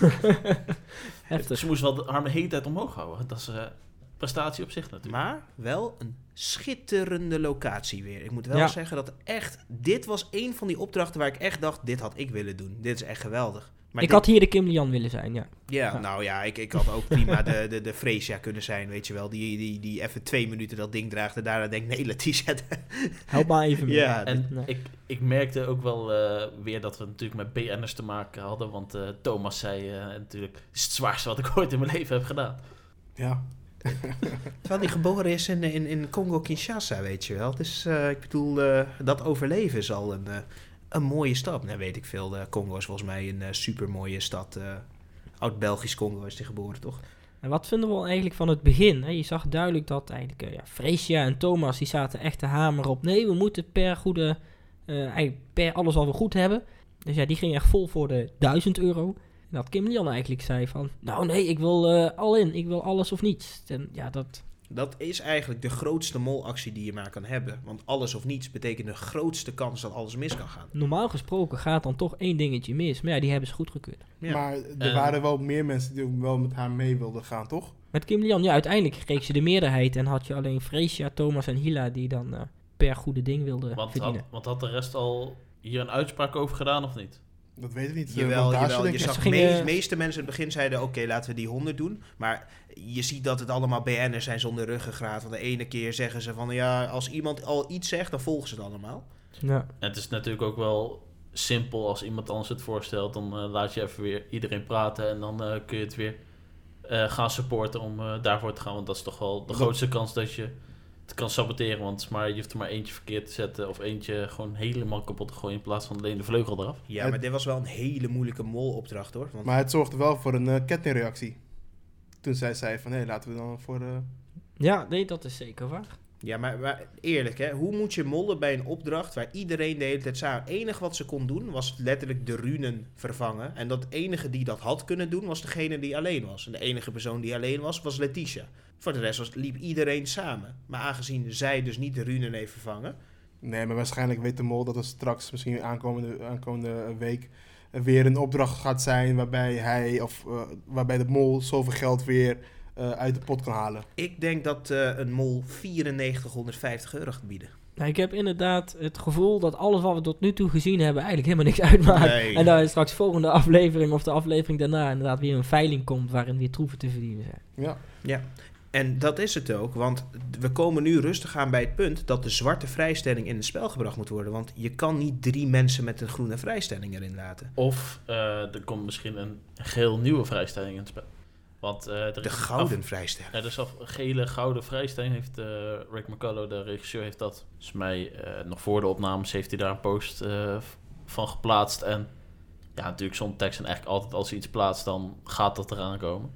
Heftig. ze moest wel de arm de hele tijd omhoog houden. Dat is prestatie op zich natuurlijk. Maar wel een schitterende locatie weer. Ik moet wel Ja. zeggen dat echt... Dit was een van die opdrachten waar ik echt dacht... Dit had ik willen doen. Dit is echt geweldig. Maar Ik dit- had hier de Kim Lian willen zijn, ja. Ja, Ja. nou ja, ik had ook prima de Freesia kunnen zijn, weet je wel. Die even 2 minuten dat ding draagt en daarna denkt, nee, Letitia. Help maar even mee. Ja, En Nee. ik merkte ook wel weer dat we natuurlijk met BN'ers te maken hadden. Want Thomas zei natuurlijk, het is het zwaarste wat ik ooit in mijn leven heb gedaan. Ja. Terwijl die geboren is in Congo-Kinshasa, weet je wel. Dus ik bedoel, dat overleven is al een mooie stap. Nou, weet ik veel, Congo is volgens mij een supermooie stad. Oud-Belgisch Congo is die geboren, toch? En wat vinden we eigenlijk van het begin? Hè? Je zag duidelijk dat eigenlijk Freesia en Thomas die zaten echt te hameren op... Nee, we moeten eigenlijk per alles al weer goed hebben. Dus ja, die ging echt vol voor de €1000. En dat Kim Lian eigenlijk zei van... Nou nee, ik wil al in. Ik wil alles of niets. En ja, Dat is eigenlijk de grootste molactie die je maar kan hebben. Want alles of niets betekent de grootste kans dat alles mis kan gaan. normaal gesproken gaat dan toch 1 dingetje mis. Maar ja, die hebben ze goedgekeurd. Ja. Maar er waren wel meer mensen die wel met haar mee wilden gaan, toch? Met Kim Lian, ja, uiteindelijk kreeg ze de meerderheid. En had je alleen Freesia, Thomas en Hila die dan per goede ding wilden verdienen. Want had de rest al hier een uitspraak over gedaan of niet? Dat weet ik niet. Jawel, Montage, jawel. denk Je ik. zag Ze gingen- de meeste mensen in het begin zeiden... Oké, laten we die 100 doen. Maar je ziet dat het allemaal BN'ers zijn zonder ruggengraat. Want de ene keer zeggen ze van... Ja, als iemand al iets zegt, dan volgen ze het allemaal. Ja. En het is natuurlijk ook wel simpel als iemand anders het voorstelt. Dan laat je even weer iedereen praten en dan kun je het weer gaan supporten om daarvoor te gaan. Want dat is toch wel de grootste kans dat je het kan saboteren. Want je hoeft er maar eentje verkeerd te zetten of eentje gewoon helemaal kapot te gooien in plaats van alleen de vleugel eraf. Ja, Het- maar dit was wel een hele moeilijke molopdracht, hoor. Want Maar het zorgde wel voor een kettingreactie. Toen zij zei van, hé, laten we dan voor... Ja, nee, dat is zeker waar. Ja, maar eerlijk, hè? Hoe moet je mollen bij een opdracht waar iedereen de hele tijd samen... Het enige wat ze kon doen was letterlijk de runen vervangen. En dat enige die dat had kunnen doen was degene die alleen was. En de enige persoon die alleen was Letitia. Voor de rest liep iedereen samen. Maar aangezien zij dus niet de runen heeft vervangen... Nee, maar waarschijnlijk weet de mol dat er straks misschien aankomende week weer een opdracht gaat zijn waarbij de mol zoveel geld weer uit de pot kan halen. Ik denk dat een mol €9450 gaat bieden. Nou, ik heb inderdaad het gevoel dat alles wat we tot nu toe gezien hebben eigenlijk helemaal niks uitmaakt. Nee. En daar is straks volgende aflevering of de aflevering daarna inderdaad weer een veiling komt waarin weer troeven te verdienen zijn. Ja. En dat is het ook, want we komen nu rustig aan bij het punt dat de zwarte vrijstelling in het spel gebracht moet worden. Want je kan niet 3 mensen met een groene vrijstelling erin laten. Of er komt misschien een geheel nieuwe vrijstelling in het spel. Want er De is gouden vrijstelling. Ja, dus een gele gouden vrijstelling heeft Rick McCullough, de regisseur, heeft dat. Volgens mij nog voor de opnames heeft hij daar een post van geplaatst. En ja, natuurlijk zonder tekst en eigenlijk altijd als hij iets plaatst, dan gaat dat eraan komen.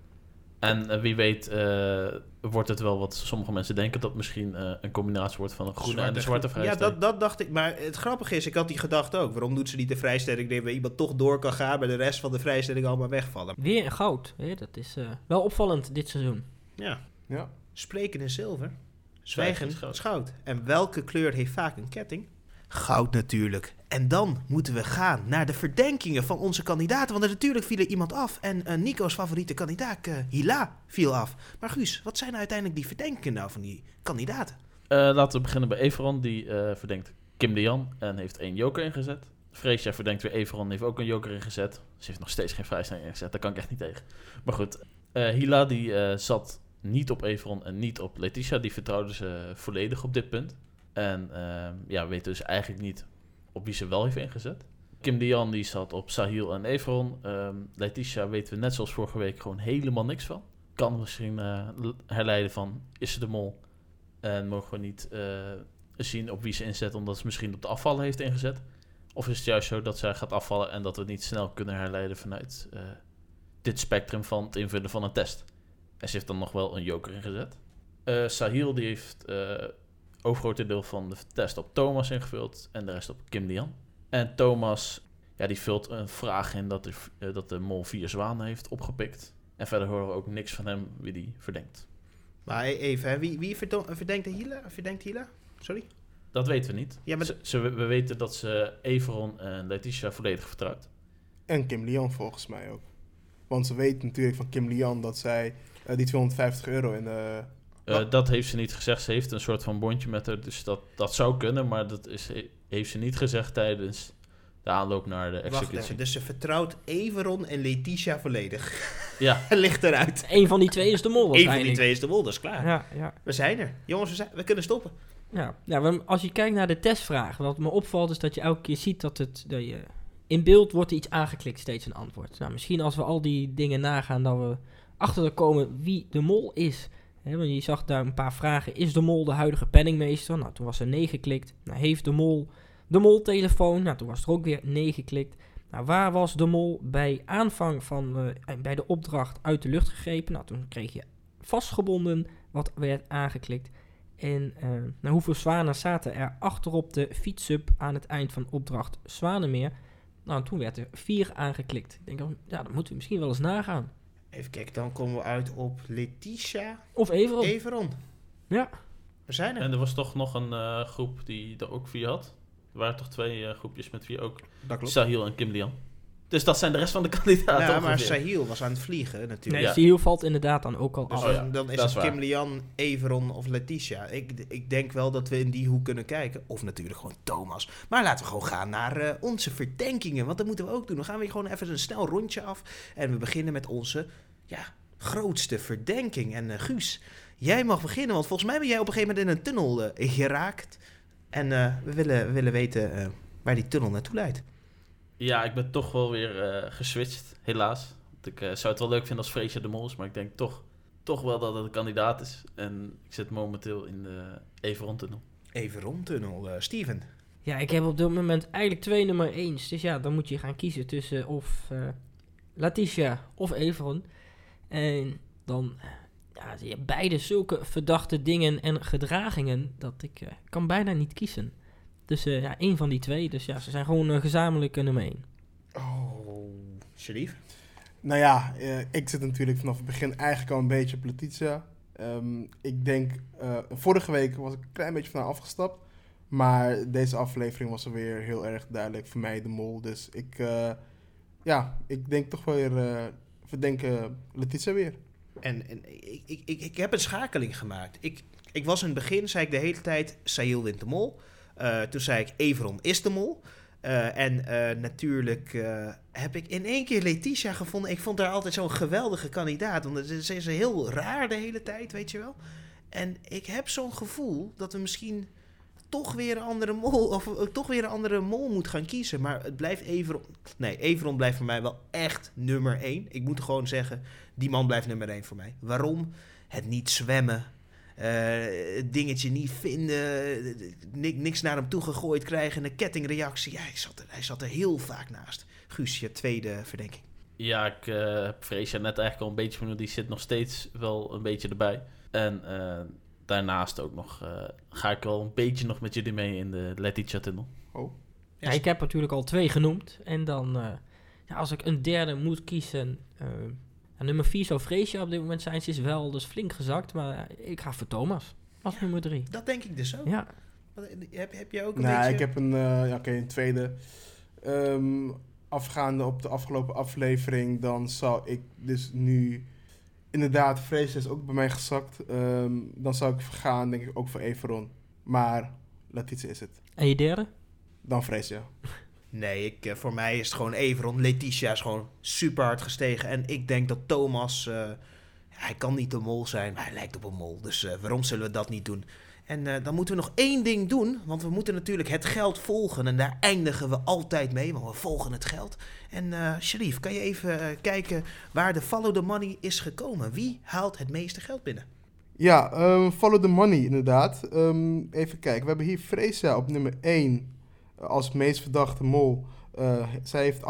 En wie weet wordt het wel wat sommige mensen denken, dat misschien een combinatie wordt van een groene en de zwarte vrijstelling. Ja, dat dacht ik. Maar het grappige is, ik had die gedachte ook. Waarom doet ze niet de vrijstelling waar iemand toch door kan gaan, maar de rest van de vrijstelling allemaal wegvallen? Weer een goud. Hè? Dat is wel opvallend dit seizoen. Ja. Ja. Spreken in zilver. Zwijgen Zwijgen is goud. is goud. En welke kleur heeft vaak een ketting? Goud natuurlijk. En dan moeten we gaan naar de verdenkingen van onze kandidaten. Want er natuurlijk viel er iemand af. En Nico's favoriete kandidaat, Hila, viel af. Maar Guus, wat zijn nou uiteindelijk die verdenkingen nou van die kandidaten? Laten we beginnen bij Everon. Die verdenkt Kim de Jan en heeft 1 joker ingezet. Freesia verdenkt weer Everon, heeft ook een joker ingezet. Ze heeft nog steeds geen vrijstelling ingezet, daar kan ik echt niet tegen. Maar goed, Hila die zat niet op Everon en niet op Letitia. Die vertrouwde ze volledig op dit punt. En we weten dus eigenlijk niet op wie ze wel heeft ingezet. Kim de Jan die zat op Sahil en Everon. Letitia weten we net zoals vorige week gewoon helemaal niks van. Kan misschien herleiden van, is ze de mol? En mogen we niet zien op wie ze inzet, omdat ze misschien op de afvallen heeft ingezet. Of is het juist zo dat zij gaat afvallen en dat we het niet snel kunnen herleiden vanuit dit spectrum van het invullen van een test. En ze heeft dan nog wel een joker ingezet. Sahil die heeft overgrote deel van de test op Thomas ingevuld en de rest op Kim de Jan. En Thomas, die vult een vraag in dat de mol 4 zwanen heeft opgepikt. En verder horen we ook niks van hem wie die verdenkt. Maar even, hè, wie verdenkt Hila? Sorry? Dat weten we niet. Ja, maar we weten dat ze Everon en Letitia volledig vertrouwt. En Kim Lian volgens mij ook. Want ze weet natuurlijk van Kim Lian dat zij die €250 in de... Dat heeft ze niet gezegd. Ze heeft een soort van bondje met haar. Dus dat zou kunnen, maar heeft ze niet gezegd tijdens de aanloop naar de executie. Wacht even, dus ze vertrouwt Everon en Letitia volledig. Ja. Ligt eruit. Eén van die twee is de mol Eén waarschijnlijk. van die twee is de mol, dat is klaar. Ja. We zijn er. Jongens, we kunnen stoppen. Als je kijkt naar de testvraag, wat me opvalt is dat je elke keer ziet dat je in beeld wordt er iets aangeklikt, steeds een antwoord. Nou, misschien als we al die dingen nagaan, dat we achter komen wie de mol is. Want je zag daar een paar vragen. Is de mol de huidige penningmeester? Nou, toen was er nee geklikt. Nou, heeft de mol telefoon? Nou, toen was er ook weer nee geklikt. Nou, waar was de mol bij aanvang van bij de opdracht uit de lucht gegrepen? Nou, toen kreeg je vastgebonden wat werd aangeklikt. En hoeveel zwanen zaten er achterop de fietsup aan het eind van opdracht Zwanenmeer? Nou, toen werd er 4 aangeklikt. Ik denk, dat moeten we misschien wel eens nagaan. Even kijken, dan komen we uit op Letitia Of Everon. Everon. Ja. We zijn er. En er was toch nog een groep die er ook 4 had. Er waren toch 2 groepjes met 4 ook. Dat klopt. Sahil en Kim Lian. Dus dat zijn de rest van de kandidaten. Ja, maar ongeveer. Sahil was aan het vliegen natuurlijk. Nee, Ja. Sahil valt inderdaad dan ook al Dus af. dan is dat het is waar. Kim Lian, Everon of Letitia. Ik denk wel dat we in die hoek kunnen kijken. Of natuurlijk gewoon Thomas. Maar laten we gewoon gaan naar onze verdenkingen. Want dat moeten we ook doen. Dan gaan we gewoon even een snel rondje af. En we beginnen met onze grootste verdenking. En Guus, jij mag beginnen. Want volgens mij ben jij op een gegeven moment in een tunnel geraakt. En we willen weten waar die tunnel naartoe leidt. Ja, ik ben toch wel weer geswitcht, helaas. Want ik zou het wel leuk vinden als Freesia de mol is, maar ik denk toch wel dat het een kandidaat is. En ik zit momenteel in de Everon-tunnel. Everon-tunnel. Steven. Ja, ik heb op dit moment eigenlijk 2 nummer 1's. Dus ja, dan moet je gaan kiezen tussen of Letitia of Everon. En dan zie je beide zulke verdachte dingen en gedragingen dat ik kan bijna niet kiezen. Dus één van die 2. Dus ja, ze zijn gewoon gezamenlijk nummer 1. Oh, Sharif? Nou ja, ik zit natuurlijk vanaf het begin eigenlijk al een beetje op Letitia. Ik denk, vorige week was ik een klein beetje van haar afgestapt. Maar deze aflevering was er weer heel erg duidelijk voor mij de mol. Dus ik denk toch wel weer verdenken Letitia weer. En ik heb een schakeling gemaakt. Ik was in het begin, zei ik de hele tijd, Sahil wint de mol. Toen zei ik, Everon is de mol. Natuurlijk heb ik in één keer Letitia gevonden. Ik vond haar altijd zo'n geweldige kandidaat. Want ze is heel raar de hele tijd, weet je wel. En ik heb zo'n gevoel dat we misschien toch weer een andere mol, of toch weer een andere mol moet gaan kiezen. Maar het blijft Everon. Nee, Everon blijft voor mij wel echt nummer 1. Ik moet gewoon zeggen, die man blijft nummer 1 voor mij. Waarom? Het niet zwemmen. Het dingetje niet vinden. Niks naar hem toe gegooid krijgen. Een kettingreactie. Ja, hij zat er heel vaak naast. Guus, je tweede verdenking. Ja, ik heb Freesia net eigenlijk al een beetje benoemd. Die zit nog steeds wel een beetje erbij. En daarnaast ook nog ga ik wel een beetje nog met jullie mee in de Letitia-tunnel. Oh. Ja, ik heb natuurlijk al 2 genoemd. En dan, als ik een derde moet kiezen... nummer 4 zou Freesia op dit moment zijn. Ze is wel dus flink gezakt. Maar ik ga voor Thomas als nummer 3. Dat denk ik dus ook. Ja. Heb jij ook een Nee, beetje... ik heb een tweede. Afgaande op de afgelopen aflevering, dan zou ik dus nu... Inderdaad, Freesia is ook bij mij gezakt. Dan zou ik gaan, denk ik, ook voor Everon. Maar Letitia is het. En je derde? Dan Freesia. Nee, voor mij is het gewoon Everon. Letitia is gewoon super hard gestegen. En ik denk dat Thomas... hij kan niet de mol zijn, maar hij lijkt op een mol. Dus waarom zullen we dat niet doen? En dan moeten we nog één ding doen. Want we moeten natuurlijk het geld volgen. En daar eindigen we altijd mee. Want we volgen het geld. En Sharif, kan je even kijken waar de Follow the Money is gekomen? Wie haalt het meeste geld binnen? Ja, Follow the Money inderdaad. Even kijken, we hebben hier Freesia op nummer 1 als meest verdachte mol. Zij heeft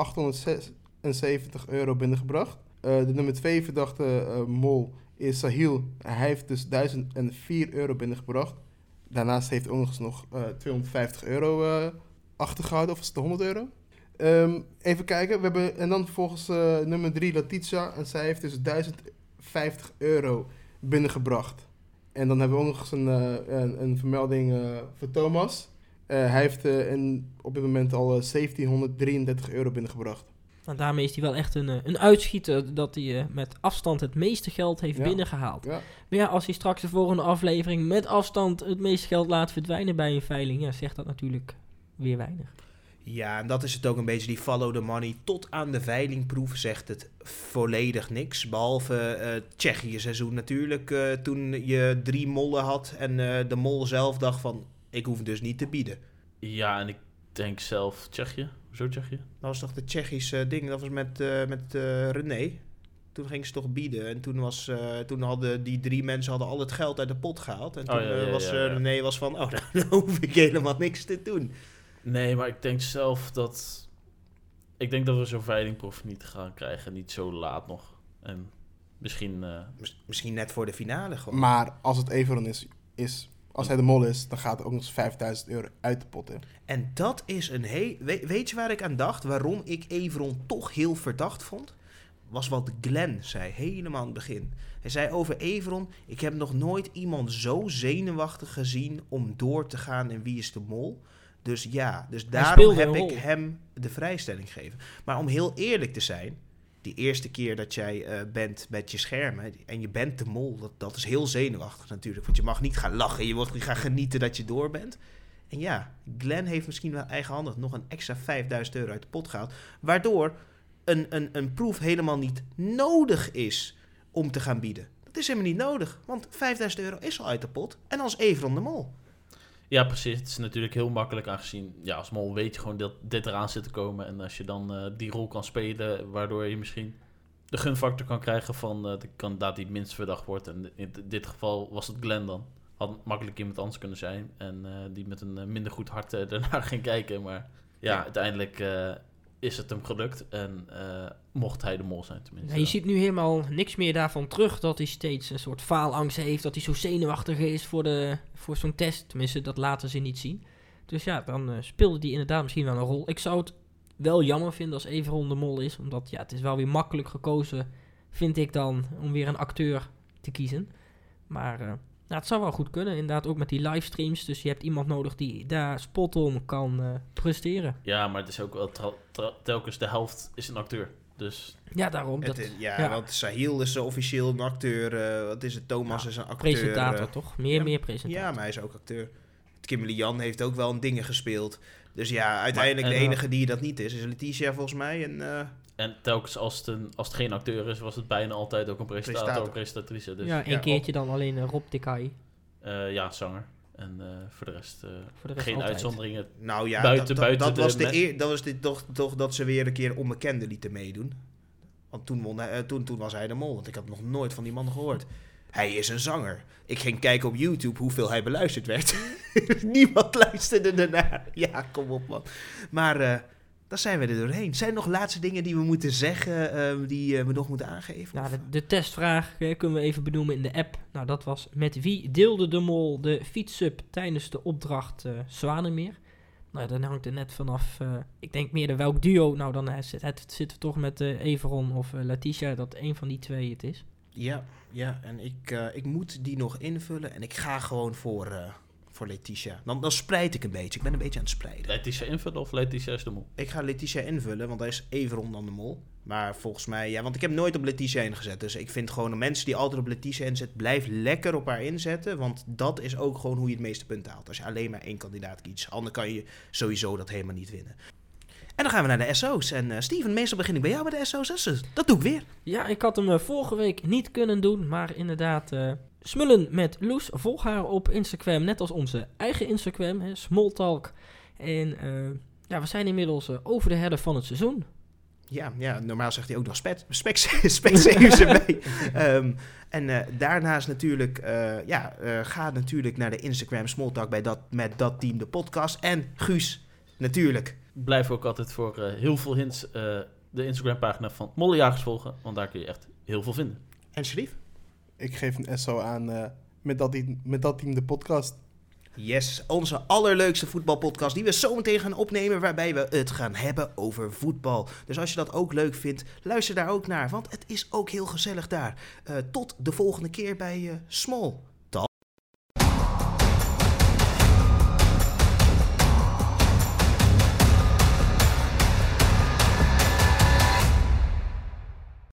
€876 binnengebracht. De nummer 2 verdachte mol is Sahil. Hij heeft dus €1004 binnengebracht. Daarnaast heeft hij ook nog eens nog €250 achtergehouden, of is het €100? Even kijken, we hebben, en dan vervolgens nummer 3 Letitia. En zij heeft dus €1050 binnengebracht. En dan hebben we ook nog eens een vermelding voor Thomas. Hij heeft op dit moment al €1733 binnengebracht. Nou, daarmee is hij wel echt een uitschieter dat hij met afstand het meeste geld heeft binnengehaald. Ja. Maar ja, als hij straks de volgende aflevering met afstand het meeste geld laat verdwijnen bij een veiling, ja, zegt dat natuurlijk weer weinig. Ja, en dat is het ook een beetje, die Follow the Money. Tot aan de veilingproef zegt het volledig niks. Behalve het Tsjechië seizoen natuurlijk. Toen je 3 mollen had en de mol zelf dacht van... ik hoef dus niet te bieden. Ja, en ik denk zelf Tsjechië. Hoezo Tsjechië? Dat was toch de Tsjechische ding, dat was met René. Toen ging ze toch bieden. En toen hadden die 3 mensen al het geld uit de pot gehaald. En toen René was van, dan hoef ik helemaal niks te doen. Nee, maar ik denk zelf dat... Ik denk dat we zo'n veilingproef niet gaan krijgen. Niet zo laat nog. En misschien... Misschien net voor de finale gewoon. Maar als het Everon is als hij de mol is, dan gaat er ook nog eens €5000 uit de pot in. En dat is een weet je waar ik aan dacht? Waarom ik Everon toch heel verdacht vond? Was wat Glenn zei, helemaal aan het begin. Hij zei over Everon... ik heb nog nooit iemand zo zenuwachtig gezien om door te gaan in Wie is de Mol. Dus daarom heb ik hem de vrijstelling gegeven. Maar om heel eerlijk te zijn... die eerste keer dat jij bent met je schermen... en je bent de mol, dat is heel zenuwachtig natuurlijk. Want je mag niet gaan lachen, je moet gaan genieten dat je door bent. En ja, Glenn heeft misschien wel eigenhandig nog een extra €5000 uit de pot gehaald... waardoor een proef helemaal niet nodig is om te gaan bieden. Dat is helemaal niet nodig, want €5000 is al uit de pot... en als Everon de mol. Ja, precies. Het is natuurlijk heel makkelijk aangezien... Ja, als mol weet je gewoon dat dit eraan zit te komen. En als je dan die rol kan spelen... waardoor je misschien de gunfactor kan krijgen van de kandidaat die het minst verdacht wordt. En in dit geval was het Glenn dan. Had makkelijk iemand anders kunnen zijn. En die met een minder goed hart daarna ging kijken. Maar ja, uiteindelijk is het hem gelukt. En mocht hij de mol zijn tenminste. Ja, je ziet nu helemaal niks meer daarvan terug. Dat hij steeds een soort faalangst heeft. Dat hij zo zenuwachtig is voor zo'n test. Tenminste, dat laten ze niet zien. Dus ja, dan speelde die inderdaad misschien wel een rol. Ik zou het wel jammer vinden als Everon de mol is. Omdat ja, het is wel weer makkelijk gekozen, vind ik dan, om weer een acteur te kiezen. Maar het zou wel goed kunnen. Inderdaad ook met die livestreams. Dus je hebt iemand nodig die daar spot on kan presteren. Ja, maar het is ook wel telkens de helft is een acteur. Dus ja, daarom. Want Sahil is officieel een acteur. Wat is het? Thomas is een acteur. Presentator, toch? Meer presentator. Ja, maar hij is ook acteur. Kimberly Jan heeft ook wel een dingen gespeeld. Dus ja, uiteindelijk de enige die dat niet is Letitia volgens mij. En telkens als het geen acteur is, was het bijna altijd ook een presentator of presentatrice. Dus. Ja, een keertje dan alleen Rob Dekai. Ja, zanger. En voor de rest geen altijd. Uitzonderingen. Nou ja, buiten dat was toch dat ze weer een keer onbekende lieten meedoen. Want toen was hij de mol. Want ik had nog nooit van die man gehoord. Hij is een zanger. Ik ging kijken op YouTube hoeveel hij beluisterd werd. Niemand luisterde ernaar. Ja, kom op man. Maar daar zijn we er doorheen. Zijn er nog laatste dingen die we moeten zeggen, die we nog moeten aangeven? Nou, de testvraag kunnen we even benoemen in de app. Nou, dat was: met wie deelde de mol de fietsup tijdens de opdracht Zwanenmeer? Nou, dan hangt er net vanaf, ik denk meer welk duo. Nou, dan zitten we toch met Everon of Letitia, dat een van die twee het is. Ja, en ik moet die nog invullen en ik ga gewoon voor voor Letitia. Dan spreid ik een beetje. Ik ben een beetje aan het spreiden. Letitia invullen of Letitia is de mol? Ik ga Letitia invullen, want hij is even rond dan de mol. Maar volgens mij, ja, want ik heb nooit op Letitia ingezet. Dus ik vind gewoon de mensen die altijd op Letitia inzetten, blijf lekker op haar inzetten. Want dat is ook gewoon hoe je het meeste punten haalt. Als je alleen maar 1 kandidaat kiest. Anders kan je sowieso dat helemaal niet winnen. En dan gaan we naar de SO's. En Steven, meestal begin ik bij jou met de SO's. Dus dat doe ik weer. Ja, ik had hem vorige week niet kunnen doen, maar inderdaad... Smullen met Loes, volg haar op Instagram, net als onze eigen Instagram, hè, Smalltalk. En we zijn inmiddels over de helft van het seizoen. Ja, normaal zegt hij ook nog Specsavers erbij. Daarnaast natuurlijk, ga natuurlijk naar de Instagram Smalltalk met dat team, de podcast. En Guus, natuurlijk. Blijf ook altijd voor heel veel hints de Instagram-pagina van Mollejagers volgen, want daar kun je echt heel veel vinden. En Sharif? Ik geef een SO aan met dat team de podcast. Yes, onze allerleukste voetbalpodcast die we zo meteen gaan opnemen, waarbij we het gaan hebben over voetbal. Dus als je dat ook leuk vindt, luister daar ook naar, want het is ook heel gezellig daar. Tot de volgende keer bij Small.